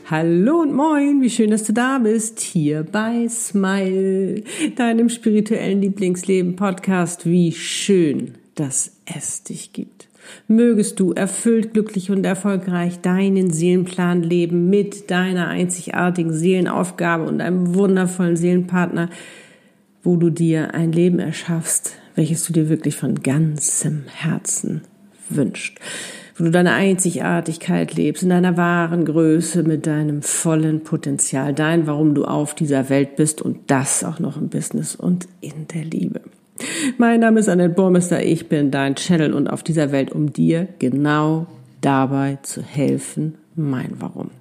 Hallo und moin, wie schön, dass du da bist, hier bei Smile, deinem spirituellen Lieblingsleben-Podcast. Wie schön, dass es dich gibt. Mögest du erfüllt, glücklich und erfolgreich deinen Seelenplan leben mit deiner einzigartigen Seelenaufgabe und einem wundervollen Seelenpartner, wo du dir ein Leben erschaffst, welches du dir wirklich von ganzem Herzen wünschst. Wo du deine Einzigartigkeit lebst, in deiner wahren Größe, mit deinem vollen Potenzial, dein, warum du auf dieser Welt bist und das auch noch im Business und in der Liebe. Mein Name ist Annette Burmester, ich bin dein Channel und auf dieser Welt, um dir genau dabei zu helfen, mein Warum.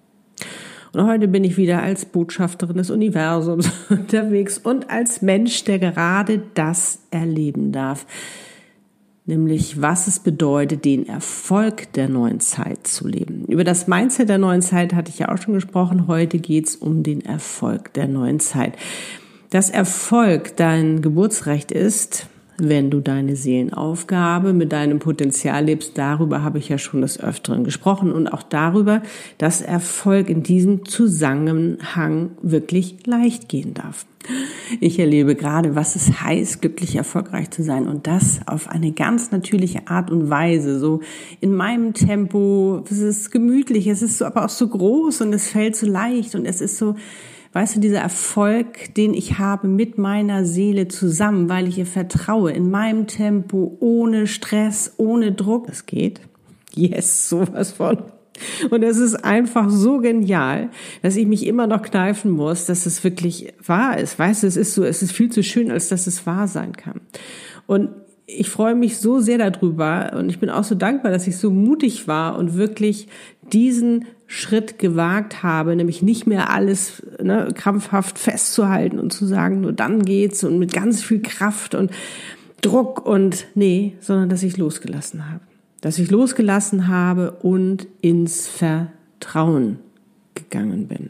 Und heute bin ich wieder als Botschafterin des Universums unterwegs und als Mensch, der gerade das erleben darf. Nämlich, was es bedeutet, den Erfolg der neuen Zeit zu leben. Über das Mindset der neuen Zeit hatte ich ja auch schon gesprochen. Heute geht's um den Erfolg der neuen Zeit. Dass Erfolg dein Geburtsrecht ist, wenn du deine Seelenaufgabe mit deinem Potenzial lebst, darüber habe ich ja schon des Öfteren gesprochen und auch darüber, dass Erfolg in diesem Zusammenhang wirklich leicht gehen darf. Ich erlebe gerade, was es heißt, glücklich erfolgreich zu sein und das auf eine ganz natürliche Art und Weise, so in meinem Tempo. Es ist gemütlich, es ist so, aber auch so groß und es fällt so leicht und es ist so, weißt du, dieser Erfolg, den ich habe mit meiner Seele zusammen, weil ich ihr vertraue, in meinem Tempo, ohne Stress, ohne Druck. Es geht. Yes, sowas von. Und es ist einfach so genial, dass ich mich immer noch kneifen muss, dass es wirklich wahr ist. Weißt du, es ist viel zu schön, als dass es wahr sein kann. Und ich freue mich so sehr darüber und ich bin auch so dankbar, dass ich so mutig war und wirklich diesen Schritt gewagt habe, nämlich nicht mehr alles krampfhaft festzuhalten und zu sagen, nur dann geht's und mit ganz viel Kraft und Druck und sondern dass ich losgelassen habe. Dass ich losgelassen habe und ins Vertrauen gegangen bin.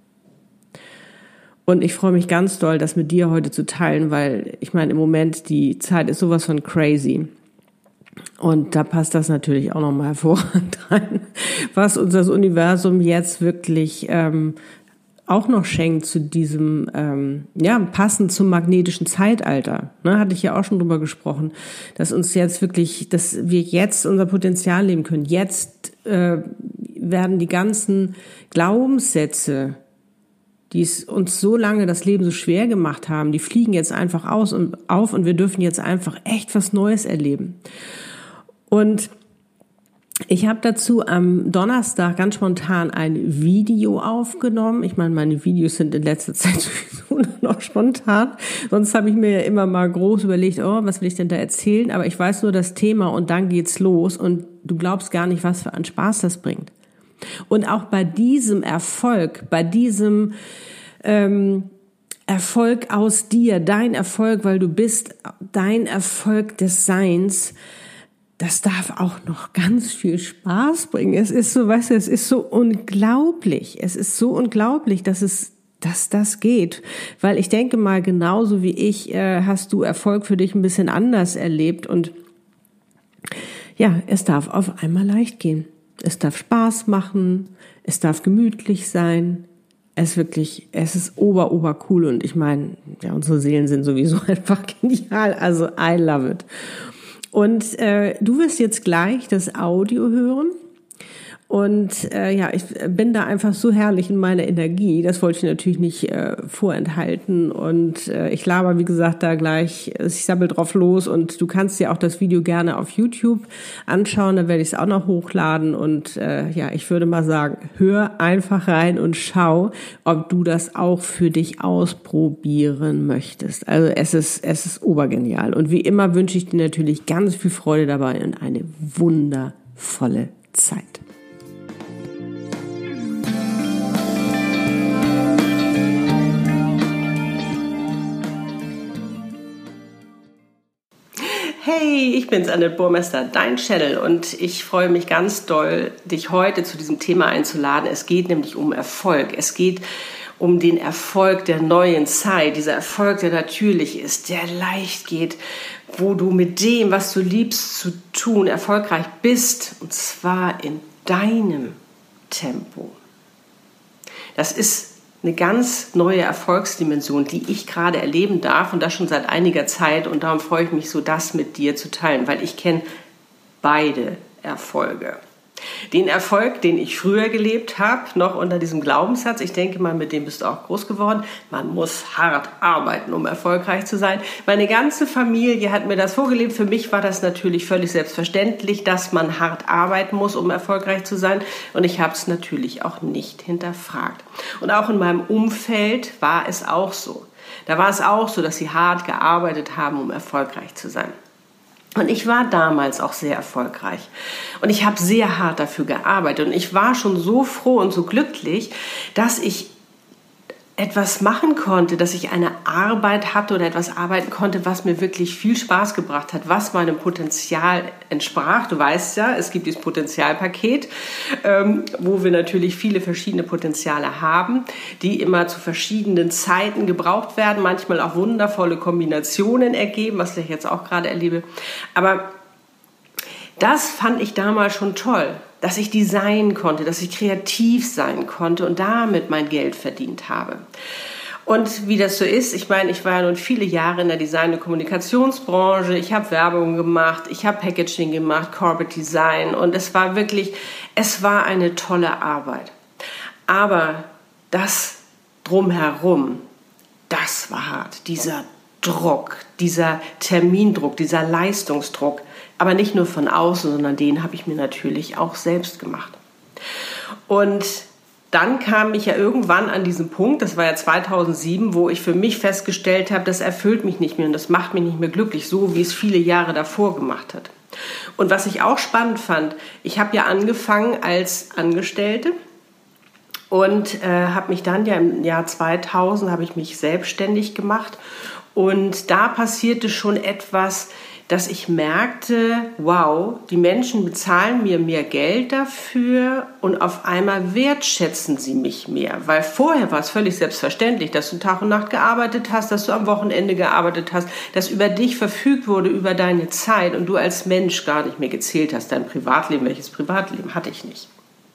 Und ich freue mich ganz doll, das mit dir heute zu teilen, weil ich meine, im Moment, die Zeit ist sowas von crazy. Und da passt das natürlich auch nochmal hervorragend rein, was uns das Universum jetzt wirklich auch noch schenkt zu diesem, passend zum magnetischen Zeitalter. Hatte ich ja auch schon drüber gesprochen, dass uns jetzt wirklich, dass wir jetzt unser Potenzial leben können. Jetzt werden die ganzen Glaubenssätze, die es uns so lange das Leben so schwer gemacht haben, die fliegen jetzt einfach auf und wir dürfen jetzt einfach echt was Neues erleben. Und ich habe dazu am Donnerstag ganz spontan ein Video aufgenommen. Ich meine, meine Videos sind in letzter Zeit sowieso noch spontan. Sonst habe ich mir ja immer mal groß überlegt, was will ich denn da erzählen? Aber ich weiß nur das Thema und dann geht's los und du glaubst gar nicht, was für einen Spaß das bringt. Und auch bei diesem Erfolg, bei diesem Erfolg aus dir, dein Erfolg, weil du bist, dein Erfolg des Seins, das darf auch noch ganz viel Spaß bringen. Es ist so, weißt du, es ist so unglaublich. Es ist so unglaublich, dass das geht. Weil ich denke mal, genauso wie ich, hast du Erfolg für dich ein bisschen anders erlebt. Und ja, es darf auf einmal leicht gehen. Es darf Spaß machen. Es darf gemütlich sein. Es ist ober cool. Und ich meine, ja, unsere Seelen sind sowieso einfach genial. Also I love it. Und du wirst jetzt gleich das Audio hören und ich bin da einfach so herrlich in meiner Energie, das wollte ich natürlich nicht vorenthalten und ich laber, wie gesagt, da gleich, ich sabbel drauf los und du kannst dir auch das Video gerne auf YouTube anschauen, da werde ich es auch noch hochladen und ich würde mal sagen, hör einfach rein und schau, ob du das auch für dich ausprobieren möchtest. Also es ist obergenial und wie immer wünsche ich dir natürlich ganz viel Freude dabei und eine wundervolle Zeit. Hey, ich bin's, Annette Burmester, dein Channel und ich freue mich ganz doll, dich heute zu diesem Thema einzuladen. Es geht nämlich um Erfolg. Es geht um den Erfolg der neuen Zeit, dieser Erfolg, der natürlich ist, der leicht geht, wo du mit dem, was du liebst zu tun, erfolgreich bist, und zwar in deinem Tempo. Das ist eine ganz neue Erfolgsdimension, die ich gerade erleben darf und das schon seit einiger Zeit. Und darum freue ich mich so, das mit dir zu teilen, weil ich kenne beide Erfolge. Den Erfolg, den ich früher gelebt habe, noch unter diesem Glaubenssatz, ich denke mal, mit dem bist du auch groß geworden, man muss hart arbeiten, um erfolgreich zu sein. Meine ganze Familie hat mir das vorgelebt. Für mich war das natürlich völlig selbstverständlich, dass man hart arbeiten muss, um erfolgreich zu sein. Und ich habe es natürlich auch nicht hinterfragt. Und auch in meinem Umfeld war es auch so. Da war es auch so, dass sie hart gearbeitet haben, um erfolgreich zu sein. Und ich war damals auch sehr erfolgreich und ich habe sehr hart dafür gearbeitet und ich war schon so froh und so glücklich, dass ich etwas machen konnte, dass ich eine Arbeit hatte oder etwas arbeiten konnte, was mir wirklich viel Spaß gebracht hat, was meinem Potenzial entsprach. Du weißt ja, es gibt dieses Potenzialpaket, wo wir natürlich viele verschiedene Potenziale haben, die immer zu verschiedenen Zeiten gebraucht werden, manchmal auch wundervolle Kombinationen ergeben, was ich jetzt auch gerade erlebe. Aber das fand ich damals schon toll, dass ich designen konnte, dass ich kreativ sein konnte und damit mein Geld verdient habe. Und wie das so ist, ich meine, ich war ja nun viele Jahre in der Design- und Kommunikationsbranche, ich habe Werbung gemacht, ich habe Packaging gemacht, Corporate Design und es war eine tolle Arbeit. Aber das drumherum, das war hart, dieser Druck, dieser Termindruck, dieser Leistungsdruck, aber nicht nur von außen, sondern den habe ich mir natürlich auch selbst gemacht. Und dann kam ich ja irgendwann an diesen Punkt, das war ja 2007, wo ich für mich festgestellt habe, das erfüllt mich nicht mehr und das macht mich nicht mehr glücklich, so wie es viele Jahre davor gemacht hat. Und was ich auch spannend fand, ich habe ja angefangen als Angestellte und habe mich dann ja im Jahr 2000 habe ich mich selbstständig gemacht und da passierte schon etwas, dass ich merkte, wow, die Menschen bezahlen mir mehr Geld dafür und auf einmal wertschätzen sie mich mehr. Weil vorher war es völlig selbstverständlich, dass du Tag und Nacht gearbeitet hast, dass du am Wochenende gearbeitet hast, dass über dich verfügt wurde, über deine Zeit und du als Mensch gar nicht mehr gezählt hast. Dein Privatleben, welches Privatleben hatte ich nicht.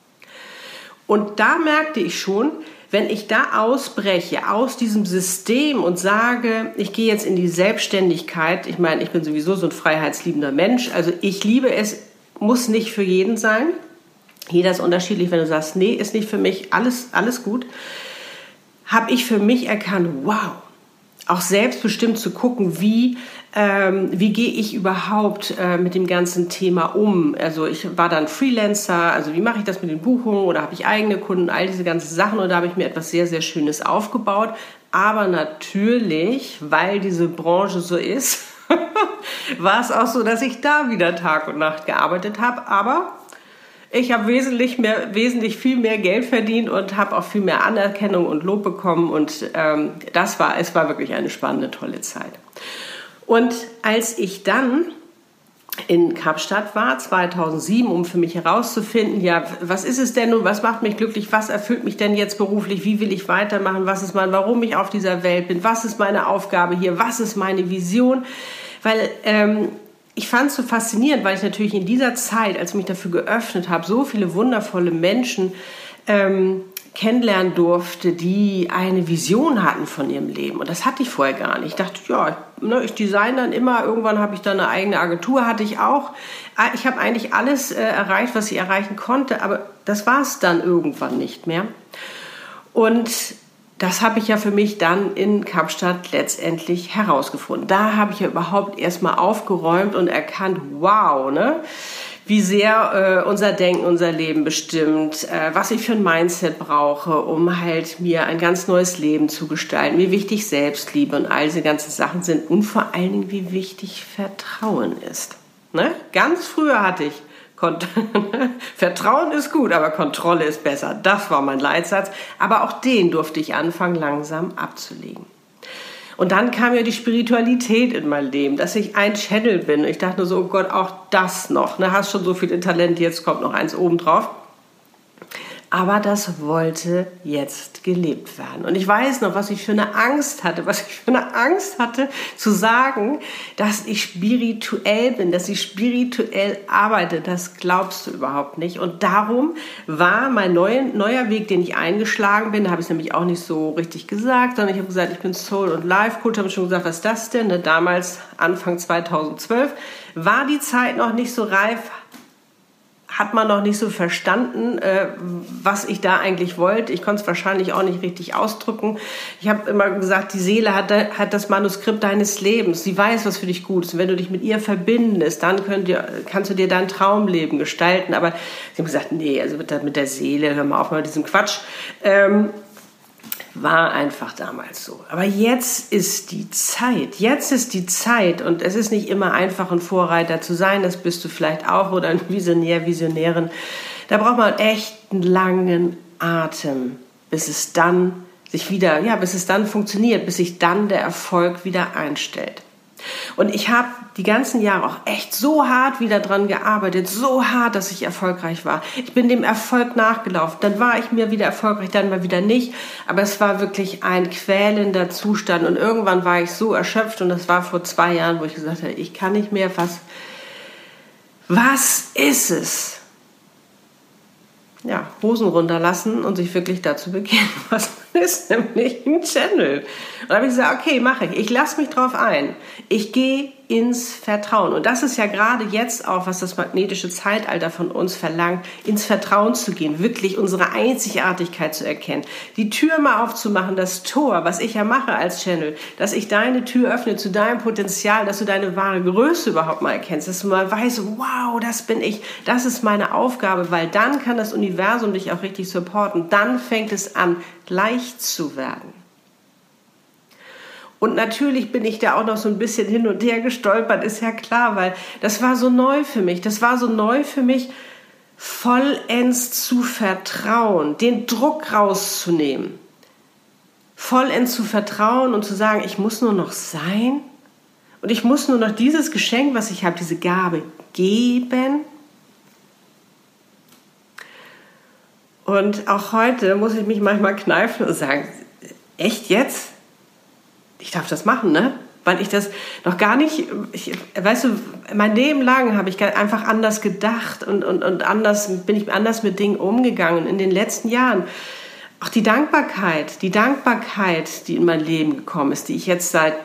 Und da merkte ich schon, wenn ich da ausbreche aus diesem System und sage, ich gehe jetzt in die Selbstständigkeit, ich meine, ich bin sowieso so ein freiheitsliebender Mensch, also ich liebe es, muss nicht für jeden sein. Jeder ist unterschiedlich, wenn du sagst, nee, ist nicht für mich, alles gut, habe ich für mich erkannt, wow, auch selbstbestimmt zu gucken, wie gehe ich überhaupt mit dem ganzen Thema um? Also ich war dann Freelancer, also wie mache ich das mit den Buchungen oder habe ich eigene Kunden, all diese ganzen Sachen und da habe ich mir etwas sehr, sehr Schönes aufgebaut. Aber natürlich, weil diese Branche so ist, war es auch so, dass ich da wieder Tag und Nacht gearbeitet habe, aber ich habe wesentlich viel mehr Geld verdient und habe auch viel mehr Anerkennung und Lob bekommen und es war wirklich eine spannende, tolle Zeit. Und als ich dann in Kapstadt war, 2007, um für mich herauszufinden, ja, was ist es denn nun, was macht mich glücklich, was erfüllt mich denn jetzt beruflich, wie will ich weitermachen, warum ich auf dieser Welt bin, was ist meine Aufgabe hier, was ist meine Vision, weil ich fand es so faszinierend, weil ich natürlich in dieser Zeit, als ich mich dafür geöffnet habe, so viele wundervolle Menschen kennenlernen durfte, die eine Vision hatten von ihrem Leben. Und das hatte ich vorher gar nicht. Ich dachte, ja, ich design dann immer. Irgendwann habe ich dann eine eigene Agentur, hatte ich auch. Ich habe eigentlich alles erreicht, was ich erreichen konnte, aber das war es dann irgendwann nicht mehr. Und das habe ich ja für mich dann in Kapstadt letztendlich herausgefunden. Da habe ich ja überhaupt erstmal aufgeräumt und erkannt, wow, ne? Wie sehr unser Denken, unser Leben bestimmt, was ich für ein Mindset brauche, um halt mir ein ganz neues Leben zu gestalten, wie wichtig Selbstliebe und all diese ganzen Sachen sind und vor allen Dingen, wie wichtig Vertrauen ist. Ne? Ganz früher hatte ich Vertrauen ist gut, aber Kontrolle ist besser. Das war mein Leitsatz, aber auch den durfte ich anfangen, langsam abzulegen. Und dann kam ja die Spiritualität in mein Leben, dass ich ein Channel bin. Ich dachte nur so, oh Gott, auch das noch. Ne, hast schon so viele Talente, jetzt kommt noch eins obendrauf. Aber das wollte jetzt gelebt werden. Und ich weiß noch, was ich für eine Angst hatte, zu sagen, dass ich spirituell bin, dass ich spirituell arbeite. Das glaubst du überhaupt nicht. Und darum war mein neuer Weg, den ich eingeschlagen bin, da habe ich es nämlich auch nicht so richtig gesagt, sondern ich habe gesagt, ich bin Soul- und Life-Coach, habe schon gesagt, was ist das denn? Damals, Anfang 2012, war die Zeit noch nicht so reif, hat man noch nicht so verstanden, was ich da eigentlich wollte. Ich konnte es wahrscheinlich auch nicht richtig ausdrücken. Ich habe immer gesagt, die Seele hat das Manuskript deines Lebens. Sie weiß, was für dich gut ist. Und wenn du dich mit ihr verbindest, dann kannst du dir dein Traumleben gestalten. Aber sie haben gesagt, nee, also mit der Seele, hör mal auf mit diesem Quatsch. War einfach damals so. Aber jetzt ist die Zeit. Jetzt ist die Zeit. Und es ist nicht immer einfach, ein Vorreiter zu sein. Das bist du vielleicht auch. Oder ein Visionärin. Da braucht man echt einen langen Atem, bis es dann funktioniert, bis sich dann der Erfolg wieder einstellt. Und ich habe die ganzen Jahre auch echt so hart wieder dran gearbeitet, so hart, dass ich erfolgreich war. Ich bin dem Erfolg nachgelaufen. Dann war ich mir wieder erfolgreich, dann mal wieder nicht. Aber es war wirklich ein quälender Zustand. Und irgendwann war ich so erschöpft, und das war vor 2 Jahren, wo ich gesagt habe, ich kann nicht mehr. Was ist es? Ja, Hosen runterlassen und sich wirklich dazu bekennen, was ist, nämlich ein Channel. Und da habe ich gesagt, okay, mache ich. Ich lasse mich drauf ein. Ich gehe ins Vertrauen. Und das ist ja gerade jetzt auch, was das magnetische Zeitalter von uns verlangt, ins Vertrauen zu gehen, wirklich unsere Einzigartigkeit zu erkennen, die Tür mal aufzumachen, das Tor, was ich ja mache als Channel, dass ich deine Tür öffne zu deinem Potenzial, dass du deine wahre Größe überhaupt mal erkennst, dass du mal weißt, wow, das bin ich, das ist meine Aufgabe, weil dann kann das Universum dich auch richtig supporten. Dann fängt es an, leicht zu werden. Und natürlich bin ich da auch noch so ein bisschen hin und her gestolpert, ist ja klar, weil das war so neu für mich. Das war so neu für mich, vollends zu vertrauen, den Druck rauszunehmen. Vollends zu vertrauen und zu sagen, ich muss nur noch sein und ich muss nur noch dieses Geschenk, was ich habe, diese Gabe geben. Und auch heute muss ich mich manchmal kneifen und sagen, echt jetzt? Ich darf das machen, ne? Weil ich das noch gar nicht, weißt du, mein Leben lang habe ich einfach anders gedacht und bin ich anders mit Dingen umgegangen. In den letzten Jahren auch die Dankbarkeit, die in mein Leben gekommen ist, die ich jetzt seit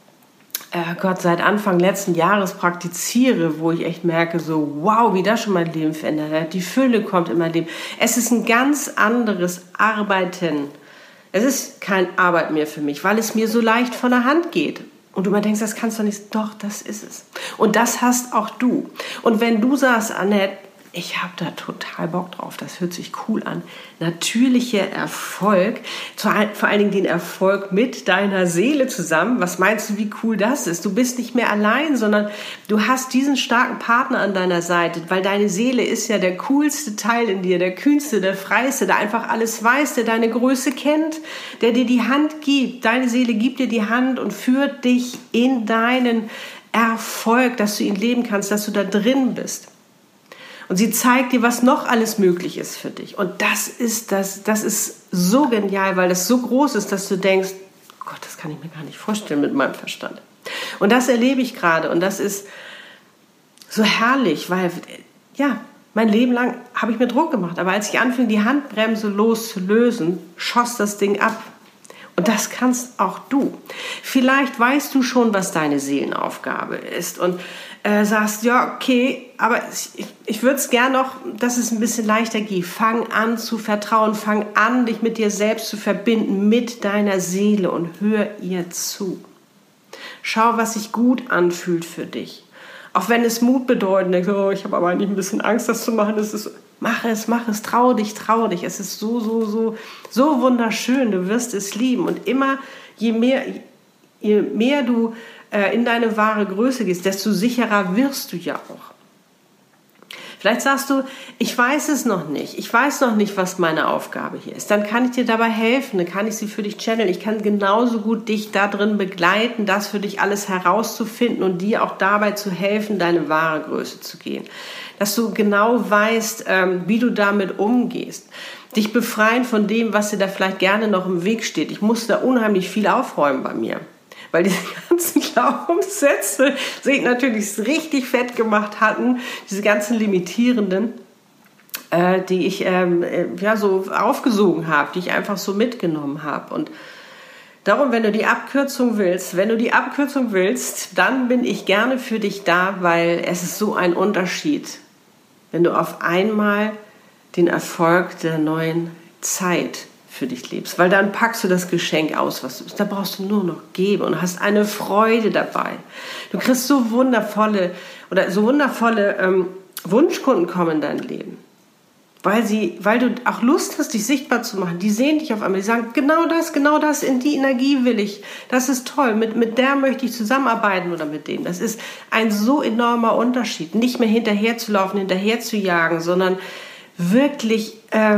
Anfang letzten Jahres praktiziere, wo ich echt merke, so wow, wie das schon mein Leben verändert hat. Die Fülle kommt in mein Leben. Es ist ein ganz anderes Arbeiten. Es ist keine Arbeit mehr für mich, weil es mir so leicht von der Hand geht. Und du mal denkst, das kannst du nicht. Doch, das ist es. Und das hast auch du. Und wenn du sagst, Annette, ich habe da total Bock drauf, das hört sich cool an. Natürlicher Erfolg, vor allen Dingen den Erfolg mit deiner Seele zusammen. Was meinst du, wie cool das ist? Du bist nicht mehr allein, sondern du hast diesen starken Partner an deiner Seite, weil deine Seele ist ja der coolste Teil in dir, der kühnste, der freiste, der einfach alles weiß, der deine Größe kennt, der dir die Hand gibt. Deine Seele gibt dir die Hand und führt dich in deinen Erfolg, dass du ihn leben kannst, dass du da drin bist. Und sie zeigt dir, was noch alles möglich ist für dich. Und das ist so genial, weil das so groß ist, dass du denkst, Gott, das kann ich mir gar nicht vorstellen mit meinem Verstand. Und das erlebe ich gerade. Und das ist so herrlich, weil, ja, mein Leben lang habe ich mir Druck gemacht. Aber als ich anfing, die Handbremse loszulösen, schoss das Ding ab. Und das kannst auch du. Vielleicht weißt du schon, was deine Seelenaufgabe ist und sagst, ja, okay, aber ich würde es gern noch, dass es ein bisschen leichter geht. Fang an zu vertrauen, fang an, dich mit dir selbst zu verbinden, mit deiner Seele und hör ihr zu. Schau, was sich gut anfühlt für dich. Auch wenn es Mut bedeutet, oh, ich habe aber eigentlich ein bisschen Angst, das zu machen. Mach es, trau dich. Es ist so wunderschön, du wirst es lieben. Und immer, je mehr du in deine wahre Größe gehst, desto sicherer wirst du ja auch. Vielleicht sagst du, ich weiß es noch nicht. Ich weiß noch nicht, was meine Aufgabe hier ist. Dann kann ich dir dabei helfen. Dann kann ich sie für dich channeln. Ich kann genauso gut dich da drin begleiten, das für dich alles herauszufinden und dir auch dabei zu helfen, deine wahre Größe zu gehen. Dass du genau weißt, wie du damit umgehst. dich befreien von dem, was dir da vielleicht gerne noch im Weg steht. Ich musste da unheimlich viel aufräumen bei mir, weil diese ganzen Glaubenssätze sich natürlich richtig fett gemacht hatten, diese ganzen limitierenden, die ich so aufgesogen habe, die ich einfach so mitgenommen habe. Und darum, wenn du die Abkürzung willst, dann bin ich gerne für dich da, weil es ist so ein Unterschied, wenn du auf einmal den Erfolg der neuen Zeit für dich lebst. Weil dann packst du das Geschenk aus, was du bist. Da brauchst du nur noch geben und hast eine Freude dabei. Du kriegst so wundervolle Wunschkunden kommen in dein Leben. Weil du auch Lust hast, dich sichtbar zu machen. Die sehen dich auf einmal, die sagen, genau das, in die Energie will ich. Das ist toll, mit der möchte ich zusammenarbeiten oder mit dem. Das ist ein so enormer Unterschied. Nicht mehr hinterher zu laufen, hinterher zu jagen, sondern wirklich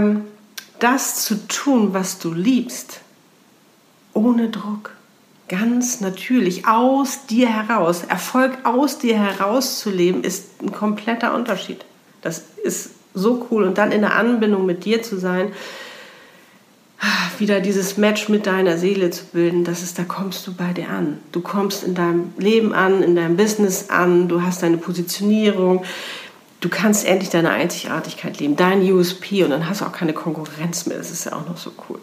das zu tun, was du liebst. Ohne Druck. Ganz natürlich, aus dir heraus. Erfolg aus dir heraus zu leben, ist ein kompletter Unterschied. Das ist so cool. Und dann in der Anbindung mit dir zu sein, wieder dieses Match mit deiner Seele zu bilden, da kommst du bei dir an. Du kommst in deinem Leben an, in deinem Business an, du hast deine Positionierung, du kannst endlich deine Einzigartigkeit leben, dein USP, und dann hast du auch keine Konkurrenz mehr. Das ist ja auch noch so cool.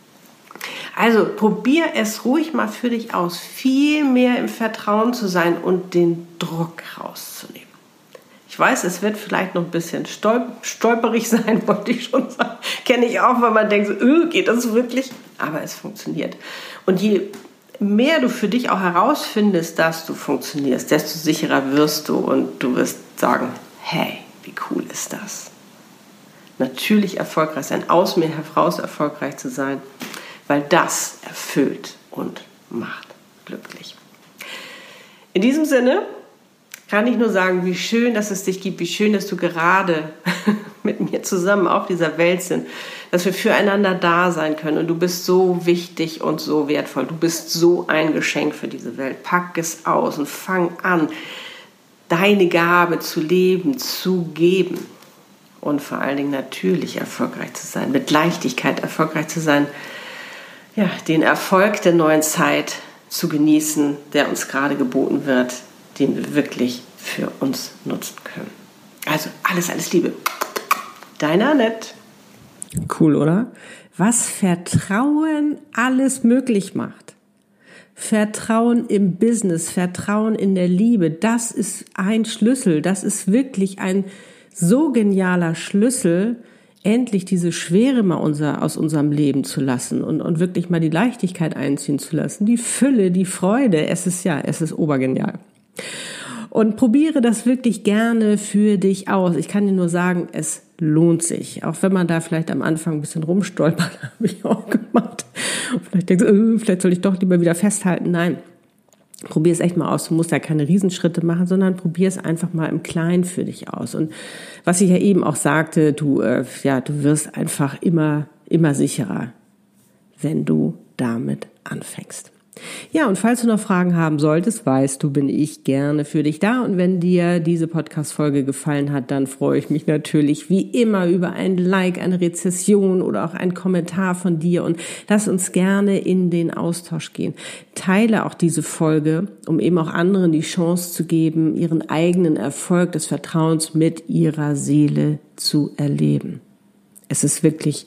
Also probier es ruhig mal für dich aus, viel mehr im Vertrauen zu sein und den Druck rauszunehmen. Ich weiß, es wird vielleicht noch ein bisschen stolperig sein, wollte ich schon sagen. Kenne ich auch, weil man denkt, so, geht das wirklich? Aber es funktioniert. Und je mehr du für dich auch herausfindest, dass du funktionierst, desto sicherer wirst du und du wirst sagen, hey, wie cool ist das? Natürlich erfolgreich sein, aus mir heraus erfolgreich zu sein, weil das erfüllt und macht glücklich. In diesem Sinne kann ich nur sagen, wie schön, dass es dich gibt, wie schön, dass du gerade mit mir zusammen auf dieser Welt sind, dass wir füreinander da sein können. Und du bist so wichtig und so wertvoll. Du bist so ein Geschenk für diese Welt. Pack es aus und fang an, deine Gabe zu leben, zu geben. Und vor allen Dingen natürlich erfolgreich zu sein, mit Leichtigkeit erfolgreich zu sein. Ja, den Erfolg der neuen Zeit zu genießen, der uns gerade geboten wird, den wir wirklich für uns nutzen können. Also alles Liebe. Deine Annette. Cool, oder? Was Vertrauen alles möglich macht. Vertrauen im Business, Vertrauen in der Liebe, das ist ein Schlüssel. Das ist wirklich ein so genialer Schlüssel, endlich diese Schwere mal aus unserem Leben zu lassen und wirklich mal die Leichtigkeit einziehen zu lassen. Die Fülle, die Freude, es ist obergenial. Und probiere das wirklich gerne für dich aus. Ich kann dir nur sagen, es lohnt sich. Auch wenn man da vielleicht am Anfang ein bisschen rumstolpert, habe ich auch gemacht. Und vielleicht denkst du, vielleicht soll ich doch lieber wieder festhalten. Nein, probier es echt mal aus. Du musst ja keine Riesenschritte machen, sondern probier es einfach mal im Kleinen für dich aus. Und was ich ja eben auch sagte, du wirst einfach immer sicherer, wenn du damit anfängst. Ja, und falls du noch Fragen haben solltest, weißt du, bin ich gerne für dich da. Und wenn dir diese Podcast-Folge gefallen hat, dann freue ich mich natürlich wie immer über ein Like, eine Rezession oder auch einen Kommentar von dir. Und lass uns gerne in den Austausch gehen. Teile auch diese Folge, um eben auch anderen die Chance zu geben, ihren eigenen Erfolg des Vertrauens mit ihrer Seele zu erleben. Es ist wirklich,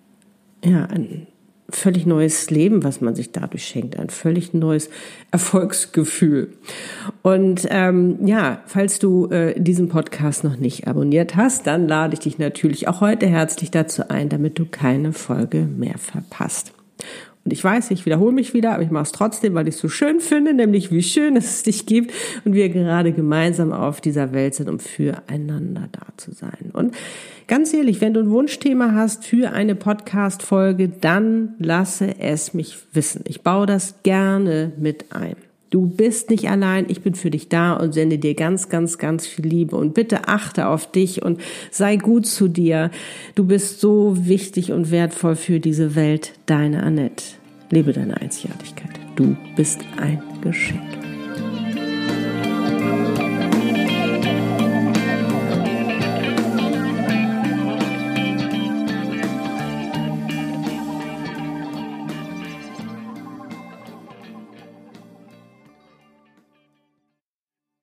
ein völlig neues Leben, was man sich dadurch schenkt, ein völlig neues Erfolgsgefühl. Und falls du diesen Podcast noch nicht abonniert hast, dann lade ich dich natürlich auch heute herzlich dazu ein, damit du keine Folge mehr verpasst. Und ich weiß, ich wiederhole mich wieder, aber ich mache es trotzdem, weil ich es so schön finde, nämlich wie schön es dich gibt und wir gerade gemeinsam auf dieser Welt sind, um füreinander da zu sein. Und ganz ehrlich, wenn du ein Wunschthema hast für eine Podcast-Folge, dann lasse es mich wissen. Ich baue das gerne mit ein. Du bist nicht allein, ich bin für dich da und sende dir ganz, ganz, ganz viel Liebe. Und bitte achte auf dich und sei gut zu dir. Du bist so wichtig und wertvoll für diese Welt. Deine Annette. Lebe deine Einzigartigkeit. Du bist ein Geschenk.